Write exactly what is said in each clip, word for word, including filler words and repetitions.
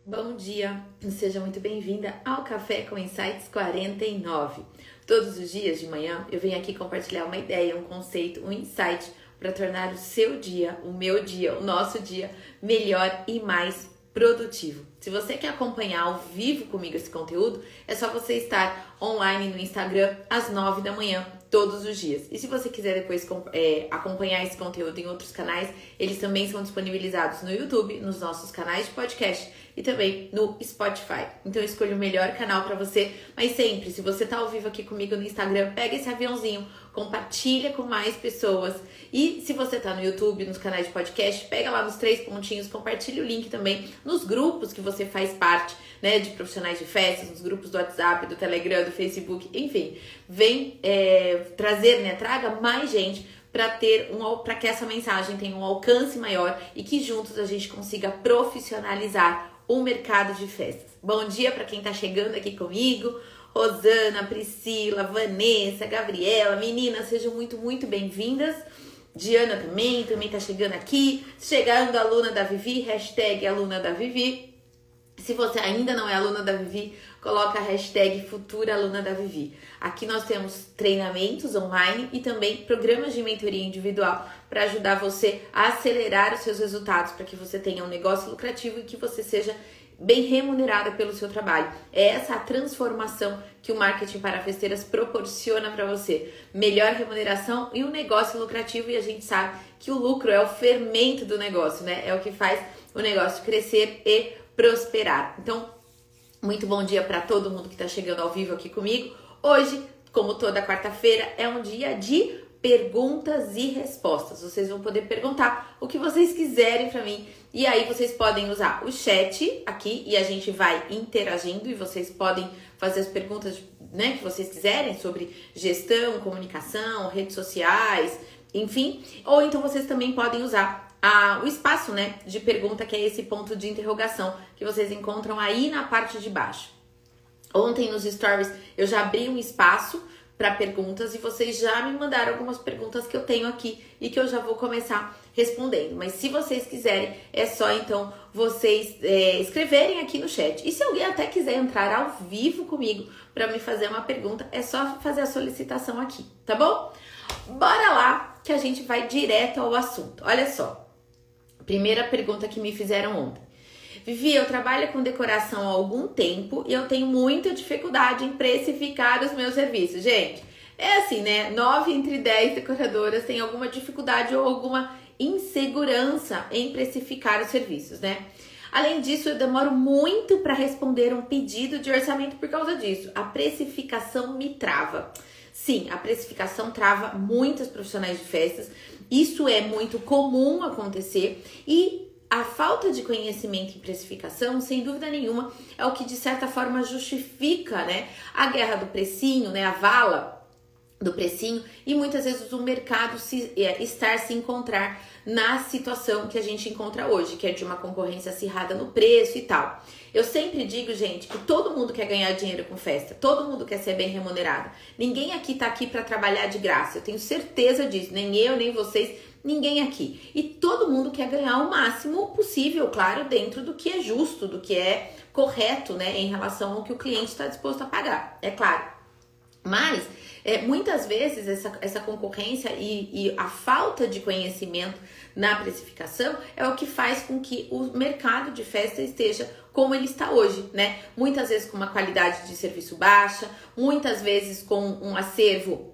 Bom dia, seja muito bem-vinda ao Café com Insights quarenta e nove. Todos os dias de manhã eu venho aqui compartilhar uma ideia, um conceito, um insight para tornar o seu dia, o meu dia, o nosso dia melhor e mais produtivo. Se você quer acompanhar ao vivo comigo esse conteúdo, é só você estar online no Instagram às nove da manhã, todos os dias. E se você quiser depois é, acompanhar esse conteúdo em outros canais, eles também são disponibilizados no YouTube, nos nossos canais de podcast e também no Spotify. Então escolha o melhor canal para você, mas sempre, se você tá ao vivo aqui comigo no Instagram, pega esse aviãozinho, compartilha com mais pessoas. E se você tá no YouTube, nos canais de podcast, pega lá nos três pontinhos, compartilha o link também nos grupos que você faz parte, né, de profissionais de festas, nos grupos do WhatsApp, do Telegram, do Facebook, enfim, vem é, trazer, né, traga mais gente para ter um, para que essa mensagem tenha um alcance maior e que juntos a gente consiga profissionalizar o mercado de festas. Bom dia para quem tá chegando aqui comigo. Rosana, Priscila, Vanessa, Gabriela, meninas, sejam muito, muito bem-vindas. Diana também, também tá chegando aqui. Chegando a aluna da Vivi, hashtag aluna da Vivi. Se você ainda não é aluna da Vivi, coloca a hashtag futura aluna da Vivi. Aqui nós temos treinamentos online e também programas de mentoria individual para ajudar você a acelerar os seus resultados, para que você tenha um negócio lucrativo e que você seja bem remunerada pelo seu trabalho. É essa a transformação que o marketing para festeiras proporciona para você. Melhor remuneração e um negócio lucrativo, e a gente sabe que o lucro é o fermento do negócio, né? É o que faz o negócio crescer e prosperar. Então, muito bom dia para todo mundo que está chegando ao vivo aqui comigo. Hoje, como toda quarta-feira, é um dia de perguntas e respostas. Vocês vão poder perguntar o que vocês quiserem para mim. E aí vocês podem usar o chat aqui e a gente vai interagindo e vocês podem fazer as perguntas, né, que vocês quiserem sobre gestão, comunicação, redes sociais, enfim. Ou então vocês também podem usar a, o espaço, né, de pergunta, que é esse ponto de interrogação que vocês encontram aí na parte de baixo. Ontem nos stories eu já abri um espaço para perguntas e vocês já me mandaram algumas perguntas que eu tenho aqui e que eu já vou começar respondendo. Mas se vocês quiserem, é só então vocês é, escreverem aqui no chat. E se alguém até quiser entrar ao vivo comigo para me fazer uma pergunta, é só fazer a solicitação aqui, tá bom? Bora lá que a gente vai direto ao assunto. Olha só, primeira pergunta que me fizeram ontem. Vivi, eu trabalho com decoração há algum tempo e eu tenho muita dificuldade em precificar os meus serviços. Gente, é assim, né? nove entre dez decoradoras têm alguma dificuldade ou alguma insegurança em precificar os serviços, né? Além disso, eu demoro muito para responder um pedido de orçamento por causa disso. A precificação me trava. Sim, a precificação trava muitos profissionais de festas. Isso é muito comum acontecer e a falta de conhecimento em precificação, sem dúvida nenhuma, é o que de certa forma justifica, né, a guerra do precinho, né, a vala do precinho, e muitas vezes o mercado se, é, estar se encontrar na situação que a gente encontra hoje, que é de uma concorrência acirrada no preço e tal. Eu sempre digo, gente, que todo mundo quer ganhar dinheiro com festa, todo mundo quer ser bem remunerado. Ninguém aqui tá aqui para trabalhar de graça, eu tenho certeza disso, nem eu, nem vocês, ninguém aqui. E todo mundo quer ganhar o máximo possível, claro, dentro do que é justo, do que é correto, né, em relação ao que o cliente está disposto a pagar, é claro. Mas, é, muitas vezes, essa, essa concorrência e, e a falta de conhecimento na precificação é o que faz com que o mercado de festa esteja como ele está hoje, né? Muitas vezes com uma qualidade de serviço baixa, muitas vezes com um acervo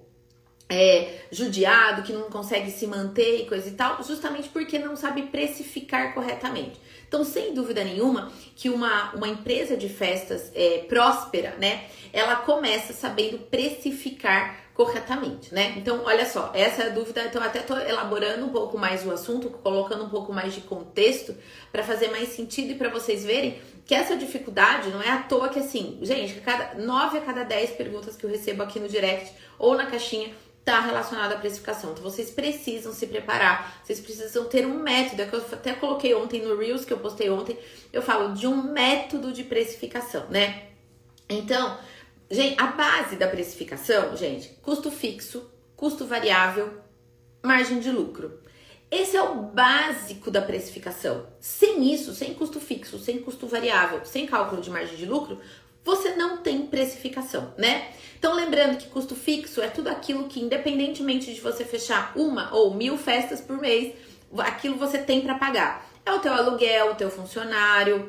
É, judiado, que não consegue se manter e coisa e tal, justamente porque não sabe precificar corretamente. Então, sem dúvida nenhuma, que uma, uma empresa de festas é, próspera, né, ela começa sabendo precificar corretamente, né? Então, olha só, essa é a dúvida, então até tô elaborando um pouco mais o assunto, colocando um pouco mais de contexto para fazer mais sentido e para vocês verem que essa dificuldade não é à toa que, assim, gente, cada, nove a cada dez perguntas que eu recebo aqui no direct ou na caixinha está relacionado à precificação. Então, vocês precisam se preparar, vocês precisam ter um método, é que eu até coloquei ontem no Reels, que eu postei ontem, eu falo de um método de precificação, né? Então, gente, a base da precificação, gente, custo fixo, custo variável, margem de lucro. Esse é o básico da precificação. Sem isso, sem custo fixo, sem custo variável, sem cálculo de margem de lucro, você não tem precificação, né? Então, lembrando que custo fixo é tudo aquilo que, independentemente de você fechar uma ou mil festas por mês, aquilo você tem para pagar. É o teu aluguel, o teu funcionário,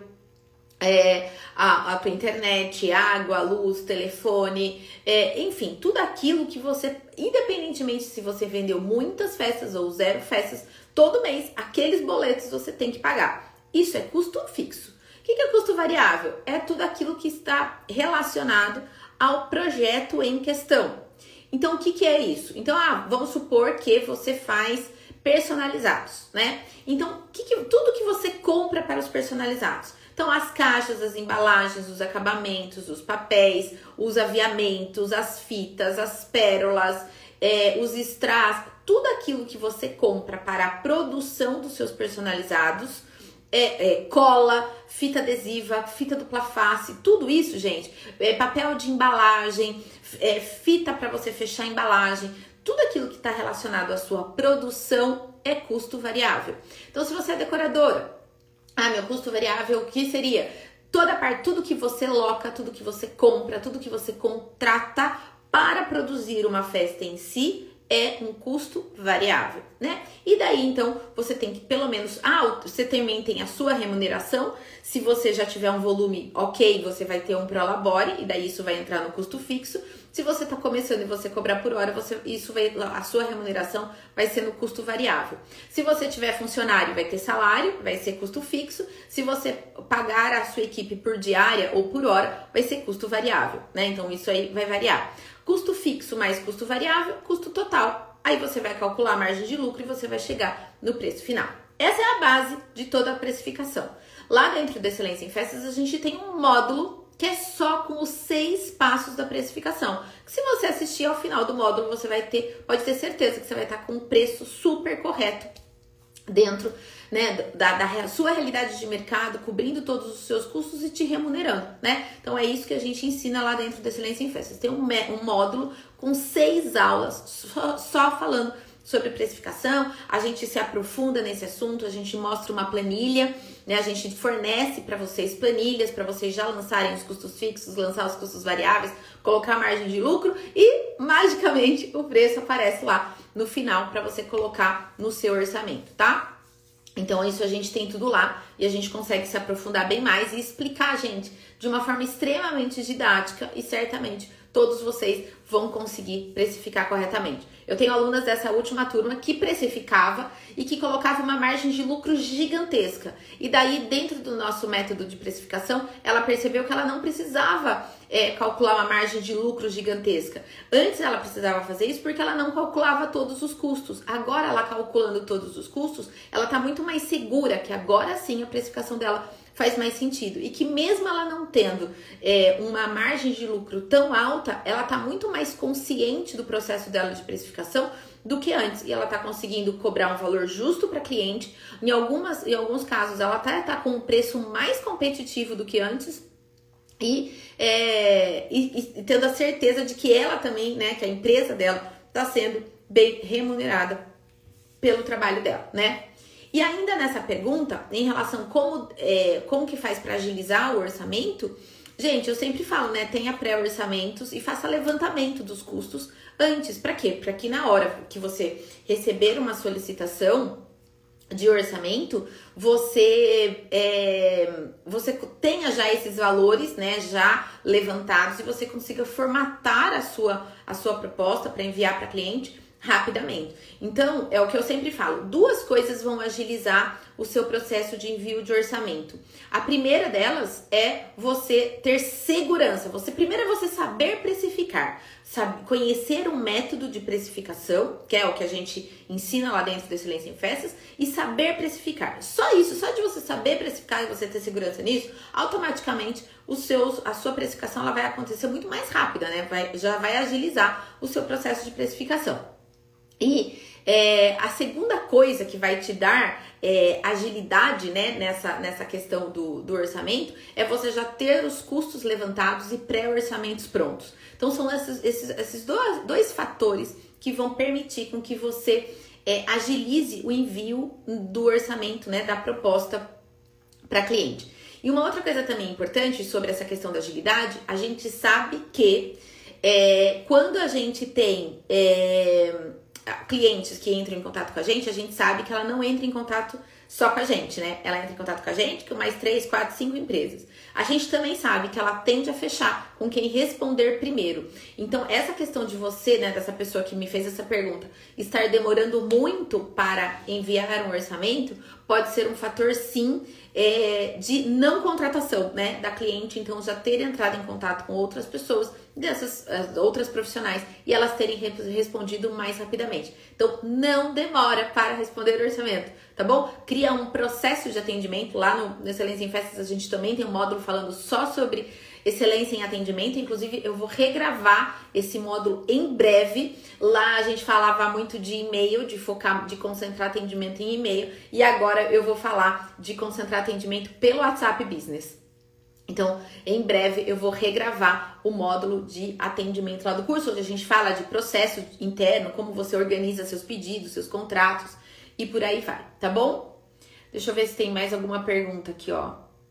é, a, a tua internet, água, luz, telefone, é, enfim, tudo aquilo que você, independentemente se você vendeu muitas festas ou zero festas, todo mês, aqueles boletos você tem que pagar. Isso é custo fixo. O que é custo variável? É tudo aquilo que está relacionado ao projeto em questão. Então, o que, que é isso? Então, ah, vamos supor que você faz personalizados, né? Então, que que, tudo que você compra para os personalizados. Então, as caixas, as embalagens, os acabamentos, os papéis, os aviamentos, as fitas, as pérolas, é, os strass, tudo aquilo que você compra para a produção dos seus personalizados, É, é, cola, fita adesiva, fita dupla face, tudo isso, gente, é, papel de embalagem, é, fita para você fechar a embalagem, tudo aquilo que está relacionado à sua produção é custo variável. Então, se você é decoradora, ah, meu custo variável, o que seria? Toda a parte, tudo que você loca, tudo que você compra, tudo que você contrata para produzir uma festa em si, é um custo variável, né? E daí, então, você tem que pelo menos... Ah, você também tem a sua remuneração. Se você já tiver um volume ok, você vai ter um prolabore, e daí isso vai entrar no custo fixo. Se você está começando e você cobrar por hora, você, isso vai, a sua remuneração vai ser no custo variável. Se você tiver funcionário, vai ter salário, vai ser custo fixo. Se você pagar a sua equipe por diária ou por hora, vai ser custo variável, né? Então, isso aí vai variar. Custo fixo mais custo variável, custo total. Aí você vai calcular a margem de lucro e você vai chegar no preço final. Essa é a base de toda a precificação. Lá dentro do Excelência em Festas, a gente tem um módulo que é só com os seis passos da precificação. Se você assistir ao final do módulo, você vai ter, pode ter certeza que você vai estar com um preço super correto dentro, né, da, da sua realidade de mercado, cobrindo todos os seus custos e te remunerando, né? Então é isso que a gente ensina lá dentro da Excelência em Festas. Tem um, um módulo com seis aulas só, só falando sobre precificação, a gente se aprofunda nesse assunto, a gente mostra uma planilha, né? A gente fornece para vocês planilhas para vocês já lançarem os custos fixos, lançar os custos variáveis, colocar a margem de lucro e magicamente o preço aparece lá no final para você colocar no seu orçamento, tá? Então, isso a gente tem tudo lá e a gente consegue se aprofundar bem mais e explicar, gente, de uma forma extremamente didática e certamente todos vocês vão conseguir precificar corretamente. Eu tenho alunas dessa última turma que precificava e que colocava uma margem de lucro gigantesca. E daí, dentro do nosso método de precificação, ela percebeu que ela não precisava é, calcular uma margem de lucro gigantesca. Antes ela precisava fazer isso porque ela não calculava todos os custos. Agora, ela calculando todos os custos, ela está muito mais segura que agora sim a precificação dela faz mais sentido. E que mesmo ela não tendo é, uma margem de lucro tão alta, ela está muito mais consciente do processo dela de precificação do que antes. E ela está conseguindo cobrar um valor justo para cliente. Em, algumas, em alguns casos, ela até está com um preço mais competitivo do que antes. E, é, e, e tendo a certeza de que ela também, né, que a empresa dela está sendo bem remunerada pelo trabalho dela, né? E ainda nessa pergunta, em relação a como, é, como que faz para agilizar o orçamento, gente, eu sempre falo, né? Tenha pré-orçamentos e faça levantamento dos custos antes. Para quê? Para que na hora que você receber uma solicitação de orçamento, você, é, você tenha já esses valores, né, já levantados e você consiga formatar a sua, a sua proposta para enviar para cliente rapidamente. Então, é o que eu sempre falo, duas coisas vão agilizar o seu processo de envio de orçamento. A primeira delas é você ter segurança. Você primeiro é você saber precificar, sabe, conhecer um método de precificação, que é o que a gente ensina lá dentro do Excelência em Festas, e saber precificar. Só isso, só de você saber precificar e você ter segurança nisso, automaticamente os seus, a sua precificação ela vai acontecer muito mais rápida, né? Vai, já vai agilizar o seu processo de precificação. E é, a segunda coisa que vai te dar é, agilidade, né, nessa, nessa questão do, do orçamento é você já ter os custos levantados e pré-orçamentos prontos. Então são esses, esses, esses dois, dois fatores que vão permitir com que você é, agilize o envio do orçamento, né, da proposta para cliente. E uma outra coisa também importante sobre essa questão da agilidade, a gente sabe que é, quando a gente tem é, clientes que entram em contato com a gente, a gente sabe que ela não entra em contato só com a gente, né? Ela entra em contato com a gente, com mais três, quatro, cinco empresas. A gente também sabe que ela tende a fechar com quem responder primeiro. Então, essa questão de você, né, dessa pessoa que me fez essa pergunta, estar demorando muito para enviar um orçamento, pode ser um fator, sim, é, de não contratação, né, da cliente. Então, já ter entrado em contato com outras pessoas, dessas outras profissionais, e elas terem respondido mais rapidamente. Então, não demora para responder o orçamento, tá bom? Cria um processo de atendimento. Lá no, no Excelência em Festas, a gente também tem um módulo falando só sobre excelência em atendimento. Inclusive, eu vou regravar esse módulo em breve. Lá a gente falava muito de e-mail, de focar, de concentrar atendimento em e-mail. E agora eu vou falar de concentrar atendimento pelo WhatsApp Business. Então, em breve eu vou regravar o módulo de atendimento lá do curso, onde a gente fala de processo interno, como você organiza seus pedidos, seus contratos e por aí vai, tá bom? Deixa eu ver se tem mais alguma pergunta aqui, ó.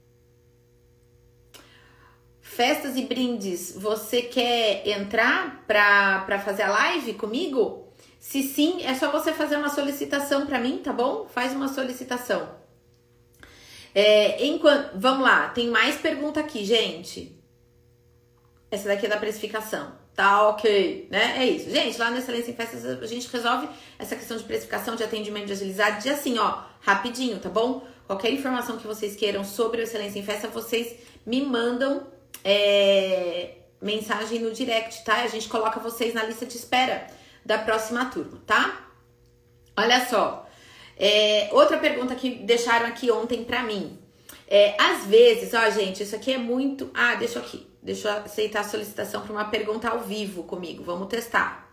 Festas e brindes, você quer entrar para para fazer a live comigo? Se sim, é só você fazer uma solicitação para mim, tá bom? Faz uma solicitação. É, enquanto, vamos lá, tem mais pergunta aqui, gente. Essa daqui é da precificação. Tá ok, né? É isso. Gente, lá no Excelência em Festas a gente resolve essa questão de precificação, de atendimento, de agilidade, de assim, ó, rapidinho, tá bom? Qualquer informação que vocês queiram sobre o Excelência em Festa, vocês me mandam é, mensagem no direct, tá? A gente coloca vocês na lista de espera da próxima turma, tá? Olha só. É, outra pergunta que deixaram aqui ontem pra mim. É, às vezes, ó, gente, isso aqui é muito... Ah, deixa eu aqui. Deixa eu aceitar a solicitação para uma pergunta ao vivo comigo. Vamos testar.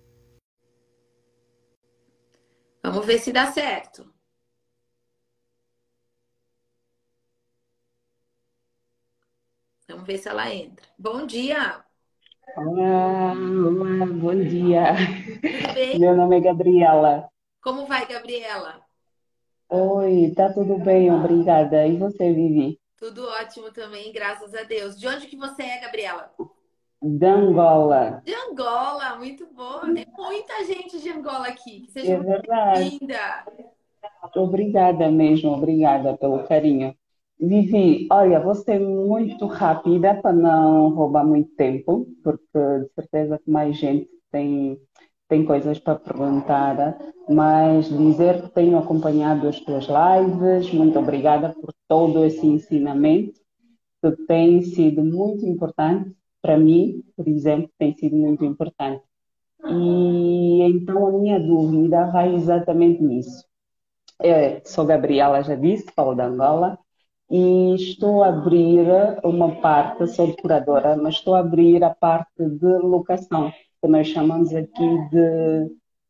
Vamos ver se dá certo. Vamos ver se ela entra. Bom dia! Olá, olá, bom dia. Tudo bem? Meu nome é Gabriela. Como vai, Gabriela? Oi, tá tudo bem, obrigada. E você, Vivi? Tudo ótimo também, graças a Deus. De onde que você é, Gabriela? De Angola. De Angola, muito bom. Tem muita gente de Angola aqui. Seja É muito verdade. bem-vinda. Obrigada mesmo, obrigada pelo carinho. Vivi, olha, vou ser muito rápida para não roubar muito tempo, porque de certeza que mais gente tem, tem coisas para perguntar, mas dizer que tenho acompanhado as tuas lives, muito obrigada por todo esse ensinamento, que tem sido muito importante para mim, por exemplo, tem sido muito importante. E então a minha dúvida vai exatamente nisso. Eu sou Gabriela, já disse, falo de Angola, e estou a abrir uma parte, sou decoradora, mas estou a abrir a parte de locação, que nós chamamos aqui de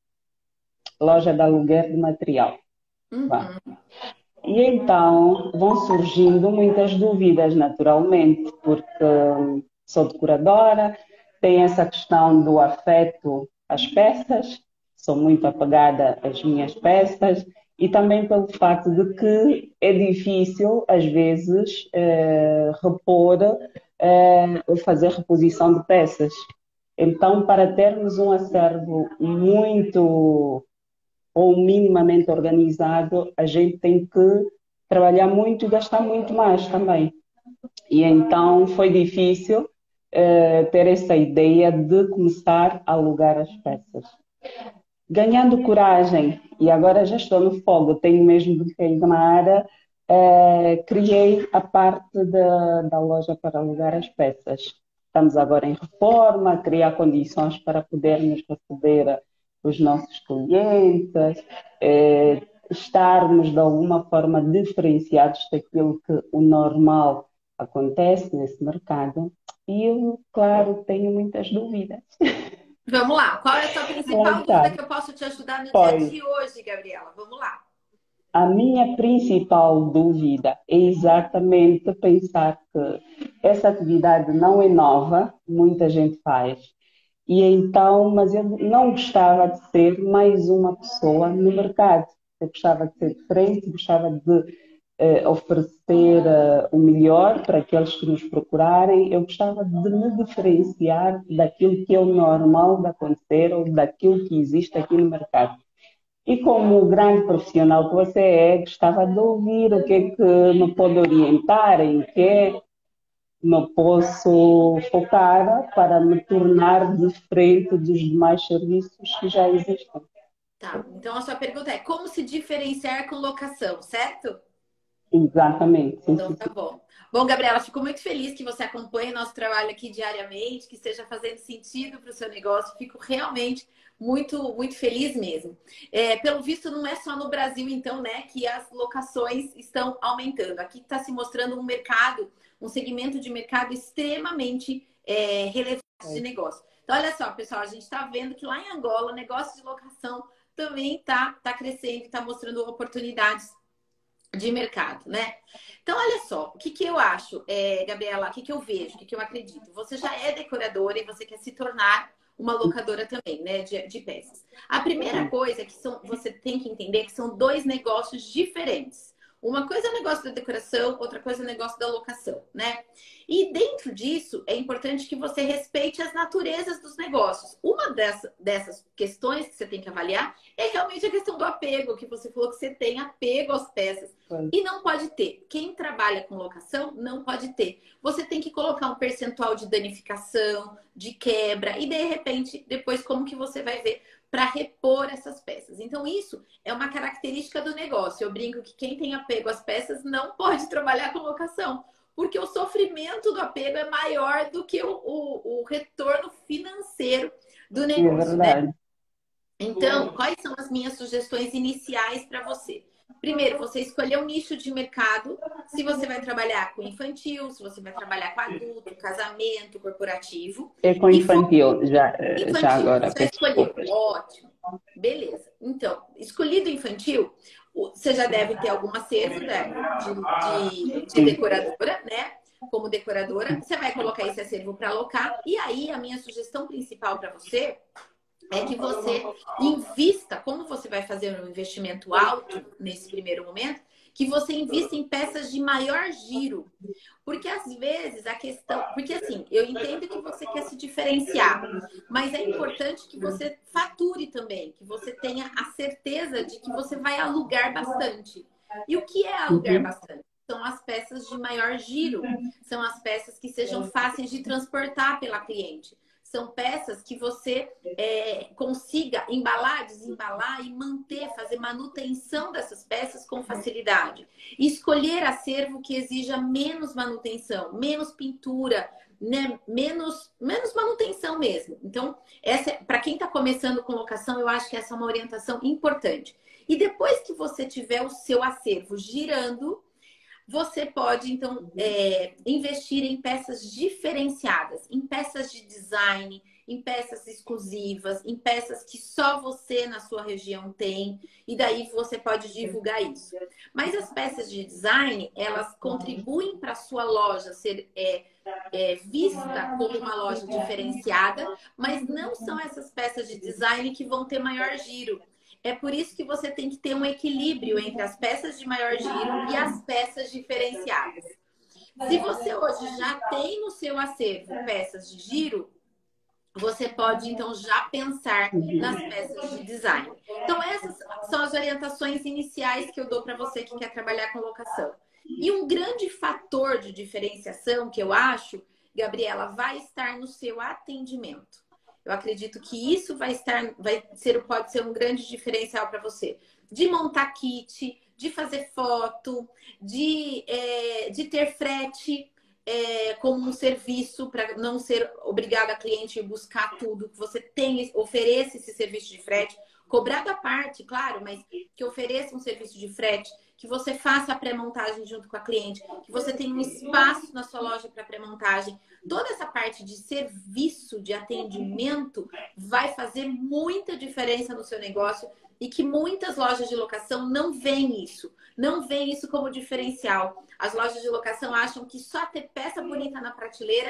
loja de aluguer de material. Vá. Uhum. E então vão surgindo muitas dúvidas, naturalmente, porque sou decoradora, tem essa questão do afeto às peças, sou muito apegada às minhas peças, e também pelo facto de que é difícil, às vezes, eh, repor eh, ou fazer reposição de peças. Então, para termos um acervo muito ou minimamente organizado, a gente tem que trabalhar muito e gastar muito mais também. E então foi difícil uh, ter essa ideia de começar a alugar as peças. Ganhando coragem, e agora já estou no fogo, tenho mesmo de queimar, uh, criei a parte da, da loja para alugar as peças. Estamos agora em reforma, criar condições para podermos receber os nossos clientes, eh, estarmos de alguma forma diferenciados daquilo que o normal acontece nesse mercado. E eu, claro, tenho muitas dúvidas. Vamos lá. Qual é a tua Lá principal dúvida está. que eu posso te ajudar no dia Pois, de hoje, Gabriela? Vamos lá. a minha principal dúvida é exatamente pensar que essa atividade não é nova, muita gente faz. E então, mas eu não gostava de ser mais uma pessoa no mercado. Eu gostava de ser diferente, gostava de eh, oferecer eh, o melhor para aqueles que nos procurarem. Eu gostava de me diferenciar daquilo que é o normal de acontecer ou daquilo que existe aqui no mercado. E como grande profissional que você é, gostava de ouvir o que é que me pode orientar, em que me posso focar para me tornar diferente dos demais serviços que já existem. Tá. Então a sua pergunta é como se diferenciar com locação, certo? Exatamente, sim, Então sim, tá sim. bom. Bom, Gabriela, fico muito feliz que você acompanhe nosso trabalho aqui diariamente, que esteja fazendo sentido para o seu negócio. Fico realmente muito, muito feliz mesmo. É, pelo visto, não é só no Brasil, então, né, que as locações estão aumentando. Aqui está se mostrando um mercado, um segmento de mercado extremamente é, relevante de negócio. Então, olha só, pessoal, a gente está vendo que lá em Angola, o negócio de locação também está tá crescendo e está mostrando oportunidades de mercado, né? Então, olha só, o que, que eu acho, é, Gabriela, o que, que eu vejo, o que, que eu acredito? Você já é decoradora e você quer se tornar uma locadora também, né, de, de peças. A primeira coisa é que são, você tem que entender que são dois negócios diferentes. Uma coisa é o negócio da decoração, outra coisa é o negócio da locação, né? E dentro disso, é importante que você respeite as naturezas dos negócios. Uma dessa, dessas questões que você tem que avaliar é realmente a questão do apego, que você falou que você tem apego às peças. E não pode ter. Quem trabalha com locação não pode ter. Você tem que colocar um percentual de danificação, de quebra, e de repente, depois, como que você vai ver para repor essas peças. Então, isso é uma característica do negócio. Eu brinco que quem tem apego às peças não pode trabalhar com locação, porque o sofrimento do apego é maior do que o, o, o retorno financeiro do É negócio, né? verdade. Então, quais são as minhas sugestões iniciais para você? Primeiro, você escolher um nicho de mercado. Se você vai trabalhar com infantil, se você vai trabalhar com adulto, casamento, corporativo. É com E for infantil, já, eh, já infantil, agora, já peço escolheu. desculpas. Ótimo. Beleza. Então, escolhido infantil, você já deve ter algum acervo né, de, de, de Sim. decoradora, né? Como decoradora, você vai colocar esse acervo para alocar. E aí, a minha sugestão principal para você é que você invista, como você vai fazer um investimento alto nesse primeiro momento, que você invista em peças de maior giro. Porque às vezes a questão. Porque assim, eu entendo que você quer se diferenciar, mas é importante que você fature também, que você tenha a certeza de que você vai alugar bastante. E o que é alugar Uhum. bastante? São as peças de maior giro, são as peças que sejam fáceis de transportar pela cliente. São peças que você é, consiga embalar, desembalar e manter, fazer manutenção dessas peças com facilidade. E escolher acervo que exija menos manutenção, menos pintura, né? menos, menos manutenção mesmo. Então, essa é, para quem está começando com locação, eu acho que essa é uma orientação importante. E depois que você tiver o seu acervo girando, você pode, então, é, investir em peças diferenciadas, em peças de design, em peças exclusivas, em peças que só você na sua região tem, e daí você pode divulgar isso. Mas as peças de design, elas contribuem para a sua loja ser é, é, vista como uma loja diferenciada, mas não são essas peças de design que vão ter maior giro. É por isso que você tem que ter um equilíbrio entre as peças de maior giro e as peças diferenciadas. Se você hoje já tem no seu acervo peças de giro, você pode então já pensar nas peças de design. Então essas são as orientações iniciais que eu dou para você que quer trabalhar com locação. E um grande fator de diferenciação que eu acho, Gabriela, vai estar no seu atendimento. Eu acredito que isso vai estar, vai ser, pode ser um grande diferencial para você. De montar kit, de fazer foto, de, é, de ter frete é, como um serviço para não ser obrigada a cliente a buscar tudo. Que você tem, ofereça esse serviço de frete, cobrado à parte, claro, mas que ofereça um serviço de frete, que você faça a pré-montagem junto com a cliente, que você tenha um espaço na sua loja para pré-montagem. Toda essa parte de serviço, de atendimento, vai fazer muita diferença no seu negócio e que muitas lojas de locação não veem isso. Não veem isso como diferencial. As lojas de locação acham que só ter peça bonita na prateleira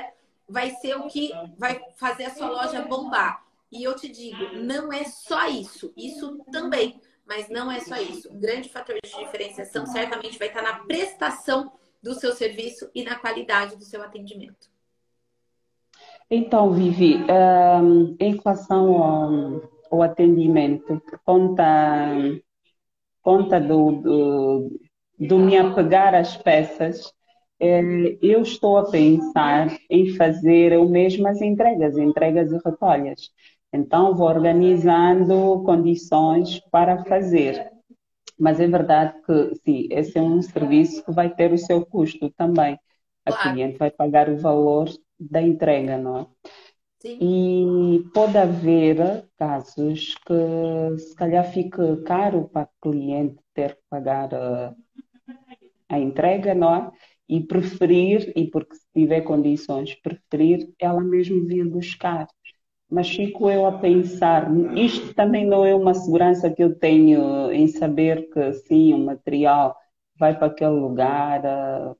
vai ser o que vai fazer a sua loja bombar. E eu te digo, não é só isso, isso também, mas não é só isso. Um grande fator de diferenciação certamente vai estar na prestação do seu serviço e na qualidade do seu atendimento. Então, Vivi, hum, em relação ao, ao atendimento, por conta, conta do, do, do me apegar às peças, eh, eu estou a pensar em fazer o mesmo as entregas, entregas e recolhas. Então, vou organizando condições para fazer. Mas é verdade que, sim, esse é um serviço que vai ter o seu custo também. A Claro, cliente vai pagar o valor da entrega, não é? sim. E pode haver casos que se calhar fique caro para o cliente ter que pagar a, a entrega, não é? E preferir, e porque se tiver condições, preferir ela mesmo vir buscar. Mas fico eu a pensar, isto também não é uma segurança que eu tenho em saber que sim, o material vai para aquele lugar. ah,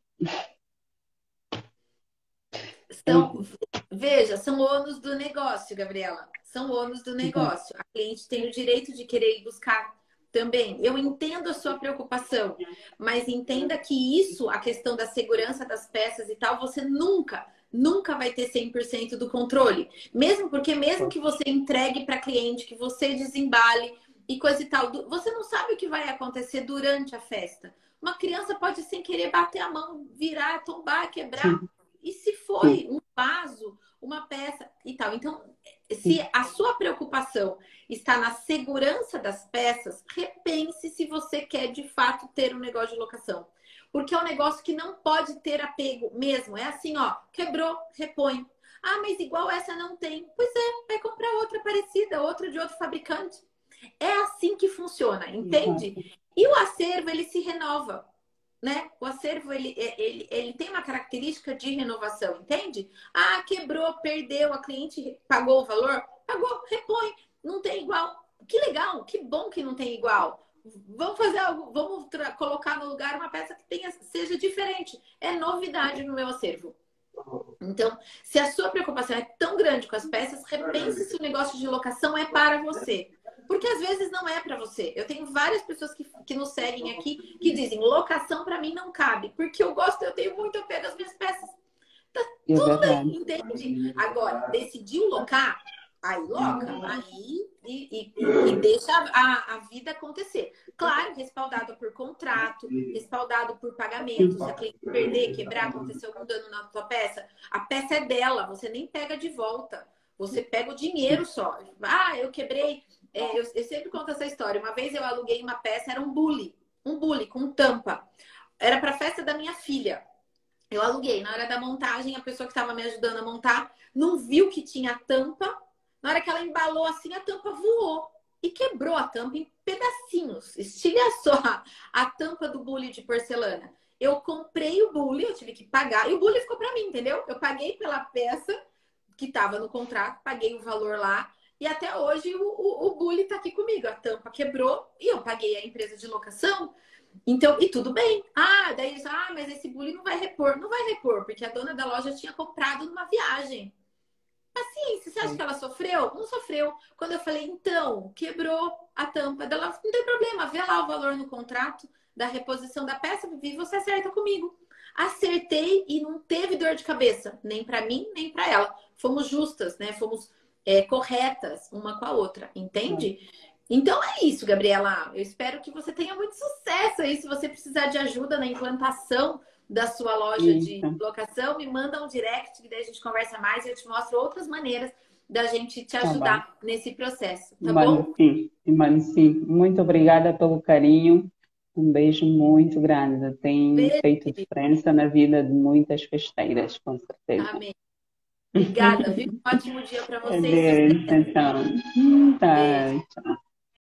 São, veja, são ônus do negócio, Gabriela. São ônus do Exato. negócio. A cliente tem o direito de querer ir buscar também. Eu entendo a sua preocupação, mas entenda que isso, a questão da segurança das peças e tal, você nunca, nunca vai ter cem por cento do controle. Mesmo porque, mesmo que você entregue para cliente, que você desembale e coisa e tal, você não sabe o que vai acontecer durante a festa. Uma criança pode, sem querer, bater a mão, virar, tombar, quebrar. Sim, E se foi sim, um vaso, uma peça e tal. Então, se sim. a sua preocupação está na segurança das peças, repense se você quer de fato ter um negócio de locação. Porque é um negócio que não pode ter apego mesmo. É assim, ó, quebrou, repõe. Ah, mas igual essa não tem. Pois é, vai comprar outra parecida, outra de outro fabricante. É assim que funciona, entende? Exato. E o acervo, ele se renova, né? O acervo, ele, ele, ele tem uma característica de renovação, entende? Ah, quebrou, perdeu, a cliente pagou o valor, pagou, repõe, não tem igual. Que legal, que bom que não tem igual. Vamos fazer algo, vamos colocar no lugar uma peça que tenha, seja diferente. É novidade no meu acervo. Então, se a sua preocupação é tão grande com as peças, repense se o negócio de locação é para você. Porque às vezes não é para você. Eu tenho várias pessoas que, que nos seguem aqui que dizem: locação para mim não cabe. Porque eu gosto, eu tenho muito apego às minhas peças. Tá É tudo verdade. bem, entende? Agora, decidiu locar, aí loca, aí e, e, e deixa a, a vida acontecer. Claro, respaldado por contrato, respaldado por pagamento. Se a cliente perder, quebrar, acontecer algum dano na sua peça, a peça é dela, você nem pega de volta. Você pega o dinheiro só. Ah, eu quebrei. É, eu, eu sempre conto essa história. Uma vez eu aluguei uma peça, era um bule, um bule com tampa. Era para a festa da minha filha. Eu aluguei. Na hora da montagem, a pessoa que estava me ajudando a montar não viu que tinha tampa. Na hora que ela embalou assim, a tampa voou e quebrou a tampa em pedacinhos. Estilhaçou a, a tampa do bule de porcelana. Eu comprei o bule, eu tive que pagar. E o bule ficou para mim, entendeu? Eu paguei pela peça que estava no contrato, paguei o valor lá. E até hoje o, o, o bule está aqui comigo. A tampa quebrou e eu paguei a empresa de locação. Então, e tudo bem. Ah, daí eles, ah, mas esse bule não vai repor. Não vai repor, porque a dona da loja tinha comprado numa viagem. Paciência, você acha que ela sofreu? Não sofreu. Quando eu falei, então, quebrou a tampa dela, não tem problema, vê lá o valor no contrato da reposição da peça, Vivi, você acerta comigo. Acertei e não teve dor de cabeça, nem para mim, nem para ela. Fomos justas, né? Fomos é, corretas uma com a outra, entende? Então é isso, Gabriela. Eu espero que você tenha muito sucesso aí. Se você precisar de ajuda na implantação da sua loja de Isso. locação, me manda um direct, que daí a gente conversa mais e eu te mostro outras maneiras da gente te Tá bem. ajudar nesse processo, tá Mano, bom? sim. Mano, sim. Muito obrigada pelo carinho. Um beijo muito grande. Tem Beijo, feito querida. diferença na vida de muitas festeiras, com certeza. Amém. Obrigada, viu? Um ótimo dia para vocês. Adeus, então. Beijo. Tá.